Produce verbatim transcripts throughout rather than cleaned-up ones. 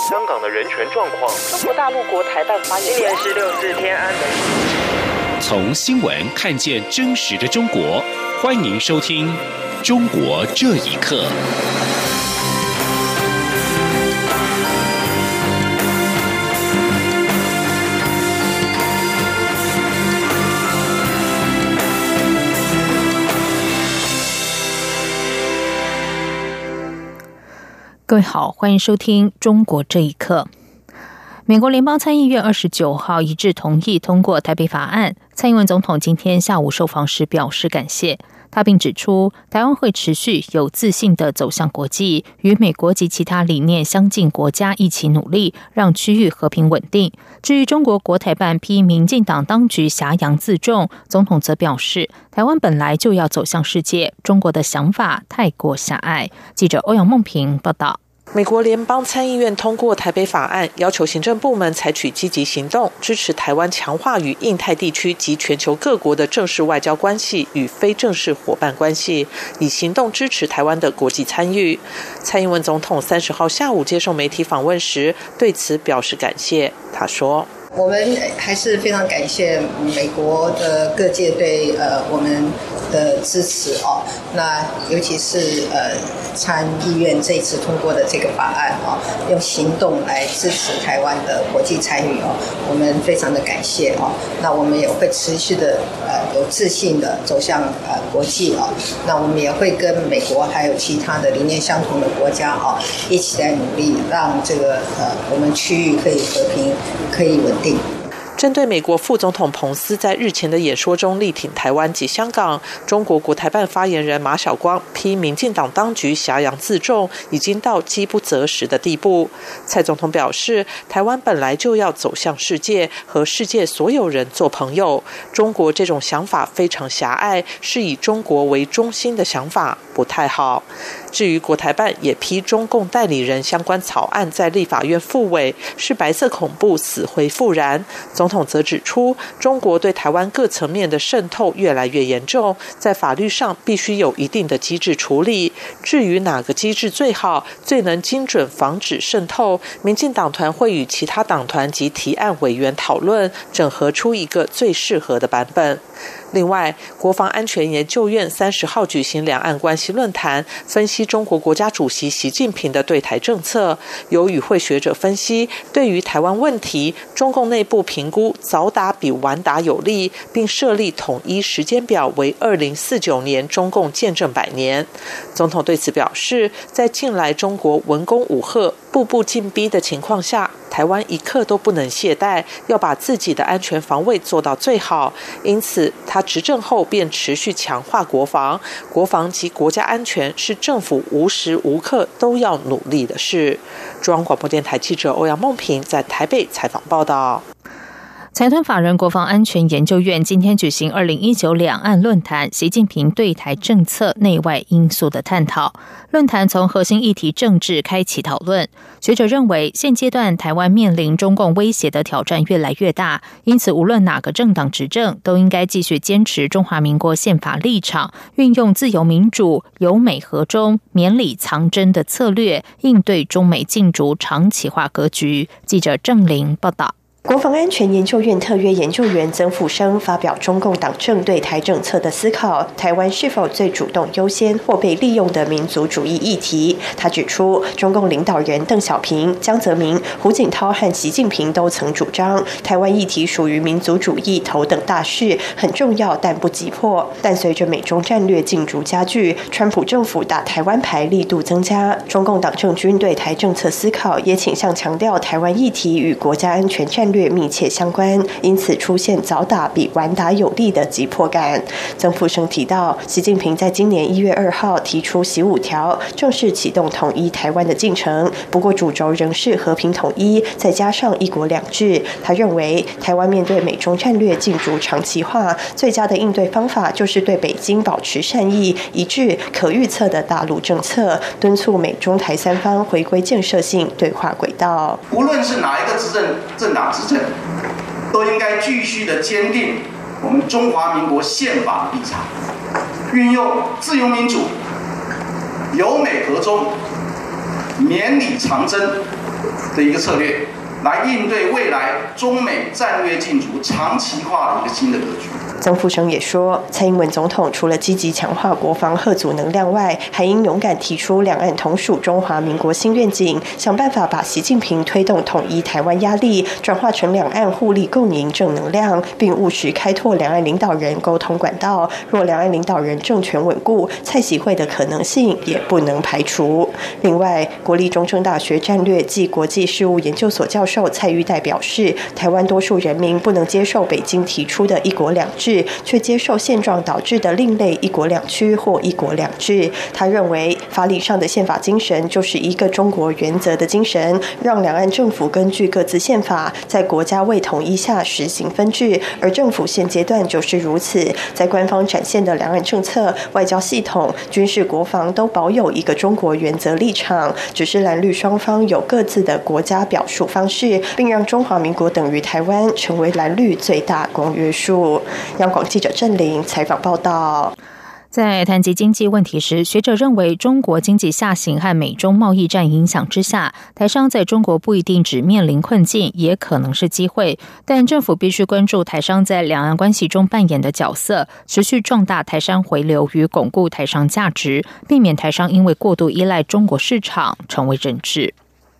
香港的人权状况。 中国大陆国台办发言人， 今年十六是天安门。 从新闻看见真实的中国，欢迎收听《中国这一刻》。 各位好，欢迎收听《中国这一刻》。美国联邦参议院二十九号一致同意通过台北法案。蔡英文总统今天下午受访时表示感谢，他并指出，台湾会持续有自信地走向国际，与美国及其他理念相近国家一起努力，让区域和平稳定。至于中国国台办批民进党当局挟洋自重，总统则表示，台湾本来就要走向世界，中国的想法太过狭隘。记者欧阳梦平报道。 美国联邦参议院通过台北法案，要求行政部门采取积极行动，支持台湾强化与印太地区及全球各国的正式外交关系与非正式伙伴关系，以行动支持台湾的国际参与。蔡英文总统三十号下午接受媒体访问时，对此表示感谢。他说：“ 我们还是非常感谢美国的各界对呃我们的支持哦。那尤其是呃参议院这一次通过的这个法案哦，用行动来支持台湾的国际参与哦，我们非常的感谢哦。那我们也会持续的呃有自信的走向呃国际哦。那我们也会跟美国还有其他的理念相同的国家哦一起来努力，让这个呃我们区域可以和平，可以稳定。” 针对美国副总统彭斯在日前的演说中力挺台湾及香港，中国国台办发言人马晓光批民进党当局挟洋自重，已经到饥不择食的地步。蔡总统表示，台湾本来就要走向世界，和世界所有人做朋友。中国这种想法非常狭隘，是以中国为中心的想法，不太好。至于国台办也批中共代理人相关草案在立法院复委，是白色恐怖死灰复燃。总统则指出，中国对台湾各层面的渗透越来越严重，在法律上必须有一定的机制处理。至于哪个机制最好，最能精准防止渗透，民进党团会与其他党团及提案委员讨论，整合出一个最适合的版本。另外，国防安全研究院三十号举行两岸关系论坛，分析中国国家主席习近平的对台政策。有与会学者分析，对于台湾问题，中共内部评估早打比晚打有利，并设立统一时间表为二零四九年中共建政百年。总统对此表示，在近来中国文攻武吓、步步进逼的情况下，台湾一刻都不能懈怠，要把自己的安全防卫做到最好。因此，他执政后便持续强化国防，国防及国家安全是政府无时无刻都要努力的事。中央广播电台记者欧阳梦平在台北采访报道。 财团法人国防安全研究院今天举行二零一九两岸论坛，习近平对台政策内外因素的探讨。论坛从核心议题政治开启讨论。学者认为，现阶段台湾面临中共威胁的挑战越来越大，因此无论哪个政党执政，都应该继续坚持中华民国宪法立场，运用自由民主、由美和中、绵里藏针的策略，应对中美竞逐长期化格局。记者郑玲报道。 国防安全研究院特约研究员曾复生发表中共党政对台政策的思考，台湾是否最主动优先或被利用的民族主义议题。他指出，中共领导人邓小平、江泽民、胡锦涛和习近平都曾主张，台湾议题属于民族主义头等大事，很重要但不急迫。但随着美中战略竞逐加剧，川普政府打台湾牌力度增加，中共党政军对台政策思考也倾向强调台湾议题与国家安全战略密切相关，因此出现早打比晚打有利的急迫感。曾复生提到，习近平在今年一月二号提出习五条，正式启动统一台湾的进程，不过主轴仍是和平统一，再加上一国两制。他认为，台湾面对美中战略竞逐长期化，最佳的应对方法就是对北京保持善意、一致、可预测的大陆政策，敦促美中台三方回归建设性对话轨道。 无论是哪一个执政政党执政，都应该继续的坚定我们中华民国宪法的立场，运用自由民主、由美和中、 绵里长征的一个策略，来应对未来中美战略竞逐长期化的一个新的格局。 曾复生也说，蔡英文总统除了积极强化国防吓阻能量外，还应勇敢提出两岸同属中华民国新愿景，想办法把习近平推动统一台湾压力转化成两岸互利共赢正能量，并务实开拓两岸领导人沟通管道。若两岸领导人政权稳固，蔡习会的可能性也不能排除。另外，国立中正大学战略暨国际事务研究所教授蔡玉岱表示，台湾多数人民不能接受北京提出的一国两制，却接受现状导致的另类一国两区或一国两制。他认为，法理上的宪法精神就是一个中国原则的精神，让两岸政府根据各自宪法，在国家未统一下实行分治，而政府现阶段就是如此，在官方展现的两岸政策、外交系统、军事国防都保有一个中国原则立场，只是蓝绿双方有各自的国家表述方式，并让中华民国等于台湾成为蓝绿最大公约数。央广记者郑玲采访报道。 在谈及经济问题时，学者认为中国经济下行和美中贸易战影响之下，台商在中国不一定只面临困境，也可能是机会。但政府必须关注台商在两岸关系中扮演的角色，持续壮大台商回流与巩固台商价值，避免台商因为过度依赖中国市场成为人质。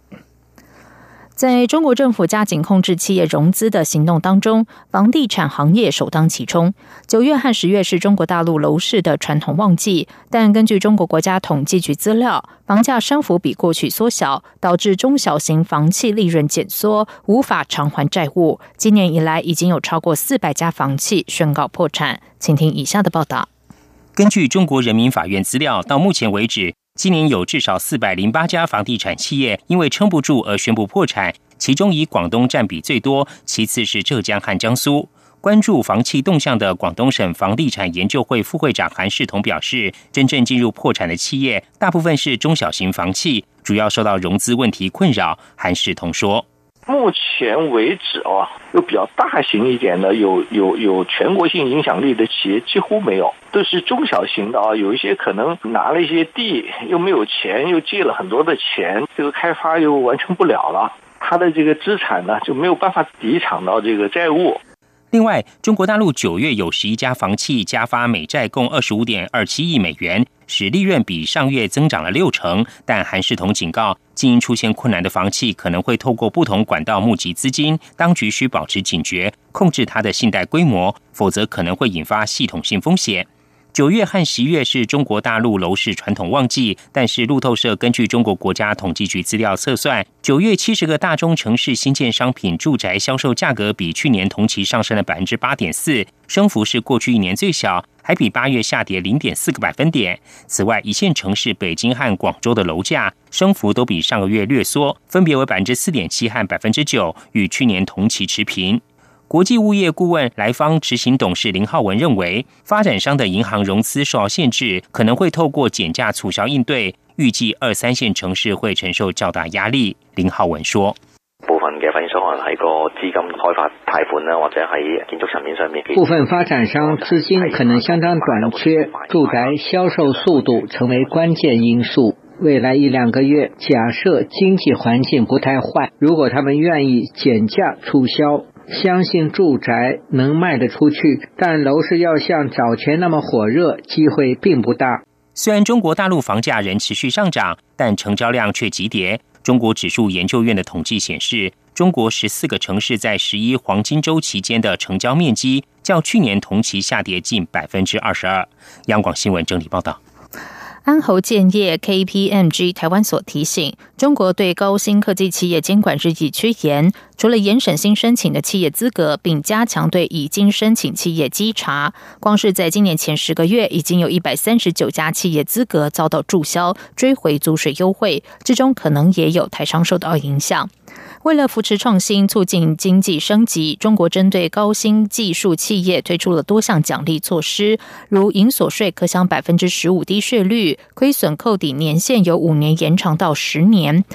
在中国政府加紧控制企业融资的行动当中，房地产行业首当其冲。九月和十月是中国大陆楼市的传统旺季，但根据中国国家统计局资料，房价升幅比过去缩小，导致中小型房企利润减缩，无法偿还债务。今年以来，已经有超过四百家房企宣告破产。请听以下的报道。 根据中国人民法院资料，到目前为止，今年有至少四百零八家房地产企业因为撑不住而宣布破产，其中以广东占比最多，其次是浙江和江苏。关注房企动向的广东省房地产研究会副会长韩世彤表示，真正进入破产的企业大部分是中小型房企，主要受到融资问题困扰。韩世彤说， 目前为止哦，有比较大型一点的，有有有全国性影响力的企业几乎没有，都是中小型的啊。有一些可能拿了一些地，又没有钱，又借了很多的钱，这个开发又完成不了了，他的这个资产呢就没有办法抵偿到这个债务。 另外，中国大陆九月有十一家房企加发美债共二十五点二七亿美元，使利润比上月增长了六成。但韩世彤警告，经营出现困难的房企可能会透过不同管道募集资金，当局需保持警觉，控制它的信贷规模，否则可能会引发系统性风险。九月和十月是中国大陆楼市传统旺季，但是路透社根据中国国家统计局资料测算，九月七十个大中城市新建商品住宅销售价格比去年同期上升了 百分之八点四， 升幅是过去一年最小，还比八月下跌 零点四个百分点。此外，一线城市北京和广州的楼价升幅都比上个月略缩，分别为 百分之四点七 和 百分之九， 与去年同期持平。国际物业顾问来方执行董事林浩文认为，发展商的银行融资受到限制，可能会透過減價促銷應對，預計二三線城市會承受較大壓力。林浩文說， 部分嘅發展商可能喺個資金開發貸款啦，或者喺建築層面上面， 部分發展商資金可能相當短缺，住宅銷售速度成為關鍵因素。未來一兩個月，假設經濟環境不太壞，如果他們願意減價促銷，相信住宅能賣得出去，但樓市要像早前那麼火熱，機會並不大。 雖然中國大陸房價仍持續上漲，但成交量卻急跌。中國指數研究院的統計顯示，中國十四個城市在十一黃金週期間的成交面積，較去年同期下跌近 百分之二十二。央廣新聞整理報道。 安侯建業 K P M G 台灣所提醒，中國對高新科技企業監管日益趨嚴，除了嚴審新申請的企業資格，並加強對已經申請企業稽查，光是在今年前十個月，已經有一百三十九家企業資格遭到註銷，追回租稅優惠，之中可能也有台商受到影響。為了扶持創新，促進經濟升級，中國針對高新技術企業推出了多項獎勵措施，如營所稅可享 百分之十五 低稅率，虧損扣抵年限由五年延長到十年。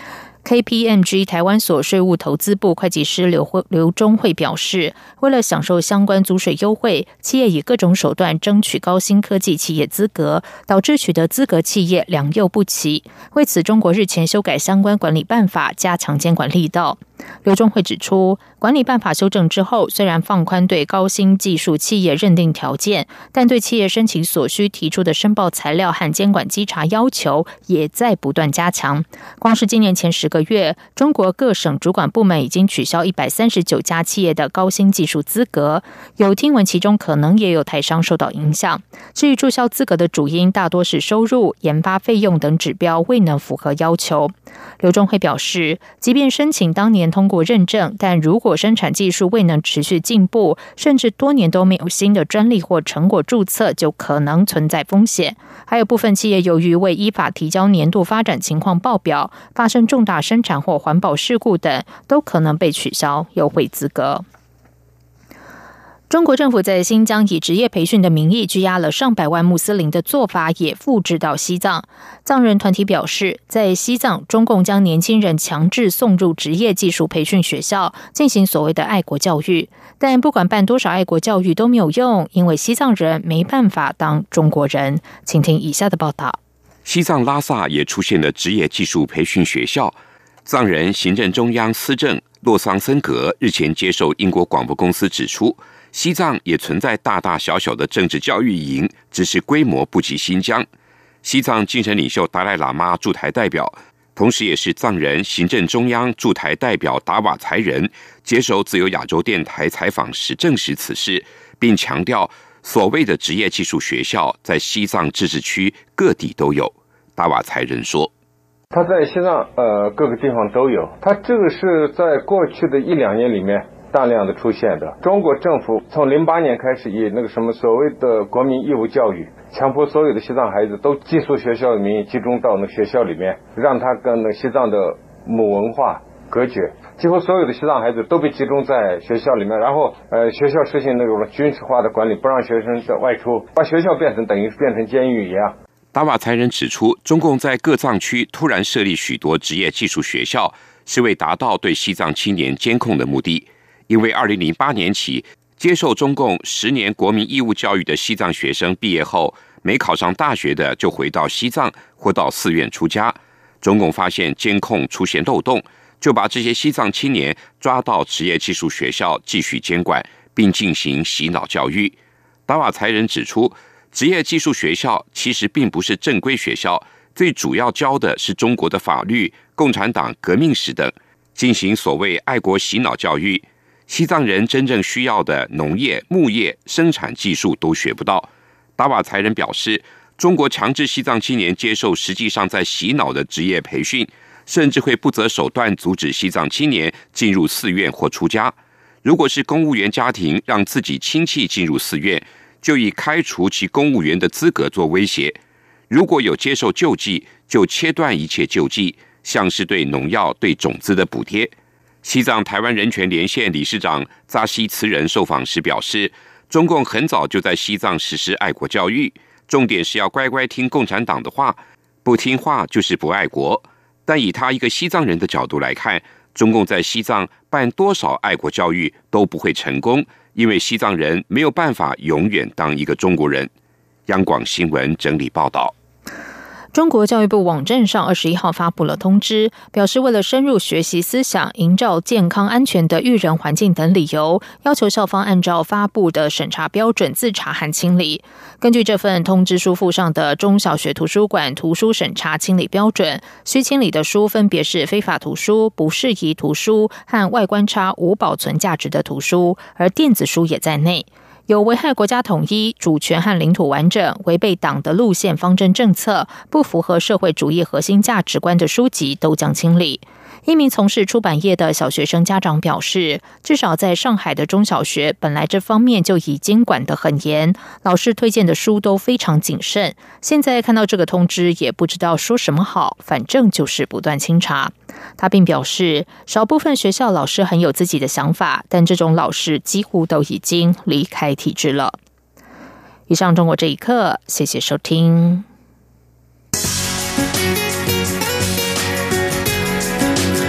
K P M G 台湾所税务投资部会计师刘刘忠慧表示，为了享受相关租税优惠，企业以各种手段争取高新科技企业资格，导致取得资格企业良莠不齐。为此，中国日前修改相关管理办法，加强监管力道。刘忠慧指出，管理办法修正之后，虽然放宽对高新技术企业认定条件，但对企业申请所需提出的申报材料和监管稽查要求也在不断加强。光是今年前十个月，中国各省主管部门已经取消一百三十九家企业的高新技术资格，有听闻其中可能也有台商受到影响。至于注销资格的主因，大多是收入、研发费用等指标未能符合要求。刘忠慧表示，即便申请当年通过认证，但如果生产技术未能持续进步，甚至多年都没有新的专利或成果注册，就可能存在风险。还有部分企业由于未依法提交年度发展情况报表，发生重大生产或环保事故等，都可能被取消优惠资格。中国政府在新疆以职业培训的名义拘押了上百万穆斯林的做法也复制到西藏。藏人团体表示，在西藏，中共将年轻人强制送入职业技术培训学校，进行所谓的爱国教育。但不管办多少爱国教育都没有用，因为西藏人没办法当中国人。请听以下的报道。 西藏拉萨也出现了职业技术培训学校。藏人行政中央司政洛桑森格日前接受英国广播公司指出，西藏也存在大大小小的政治教育营，只是规模不及新疆。西藏精神领袖达赖喇嘛驻台代表，同时也是藏人行政中央驻台代表达瓦才仁接受自由亚洲电台采访时证实此事，并强调所谓的职业技术学校在西藏自治区各地都有。达瓦才仁说， 他在西藏呃各个地方都有，他这个是在过去的一两年里面大量的出现的。中国政府从零八年开始以那个什么所谓的国民义务教育，强迫所有的西藏孩子都寄宿学校的名义集中到那学校里面，让他跟那西藏的母文化隔绝。几乎所有的西藏孩子都被集中在学校里面，然后呃学校实行那种军事化的管理，不让学生的外出，把学校变成等于变成监狱一样。 达瓦才仁指出，中共在各藏区突然设立许多职业技术学校，是为达到对西藏青年监控的目的。因为二零零八年起，接受中共十年国民义务教育的西藏学生毕业后，没考上大学的就回到西藏或到寺院出家。中共发现监控出现漏洞，就把这些西藏青年抓到职业技术学校继续监管，并进行洗脑教育。达瓦才仁指出，职业技术学校其实并不是正规学校，最主要教的是中国的法律、共产党革命史等，进行所谓爱国洗脑教育。西藏人真正需要的农业、牧业、生产技术都学不到。达瓦才仁表示，中国强制西藏青年接受实际上在洗脑的职业培训，甚至会不择手段阻止西藏青年进入寺院或出家。如果是公务员家庭让自己亲戚进入寺院，就以开除其公务员的资格做威胁。如果有接受救济，就切断一切救济，像是对农药、对种子的补贴。西藏台湾人权连线理事长扎西慈仁受访时表示，中共很早就在西藏实施爱国教育，重点是要乖乖听共产党的话，不听话就是不爱国。但以他一个西藏人的角度来看，中共在西藏办多少爱国教育都不会成功，因为西藏人没有办法永远当一个中国人。央广新闻整理报道。 中国教育部网站上二十一号发布了通知，表示为了深入学习思想、营造健康安全的育人环境等理由，要求校方按照发布的审查标准自查和清理。根据这份通知书附上的中小学图书馆图书审查清理标准，需清理的书分别是非法图书、不适宜图书和外观差、无保存价值的图书，而电子书也在内。有危害国家统一、主权和领土完整、违背党的路线方针政策、不符合社会主义核心价值观的书籍都将清理。一名从事出版业的小学生家长表示，至少在上海的中小学，本来这方面就已经管得很严，老师推荐的书都非常谨慎。现在看到这个通知，也不知道说什么好，反正就是不断清查。他并表示，少部分学校老师很有自己的想法，但这种老师几乎都已经离开体制了。以上中国这一刻，谢谢收听。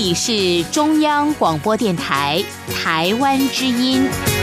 里是中央广播电台台湾之音。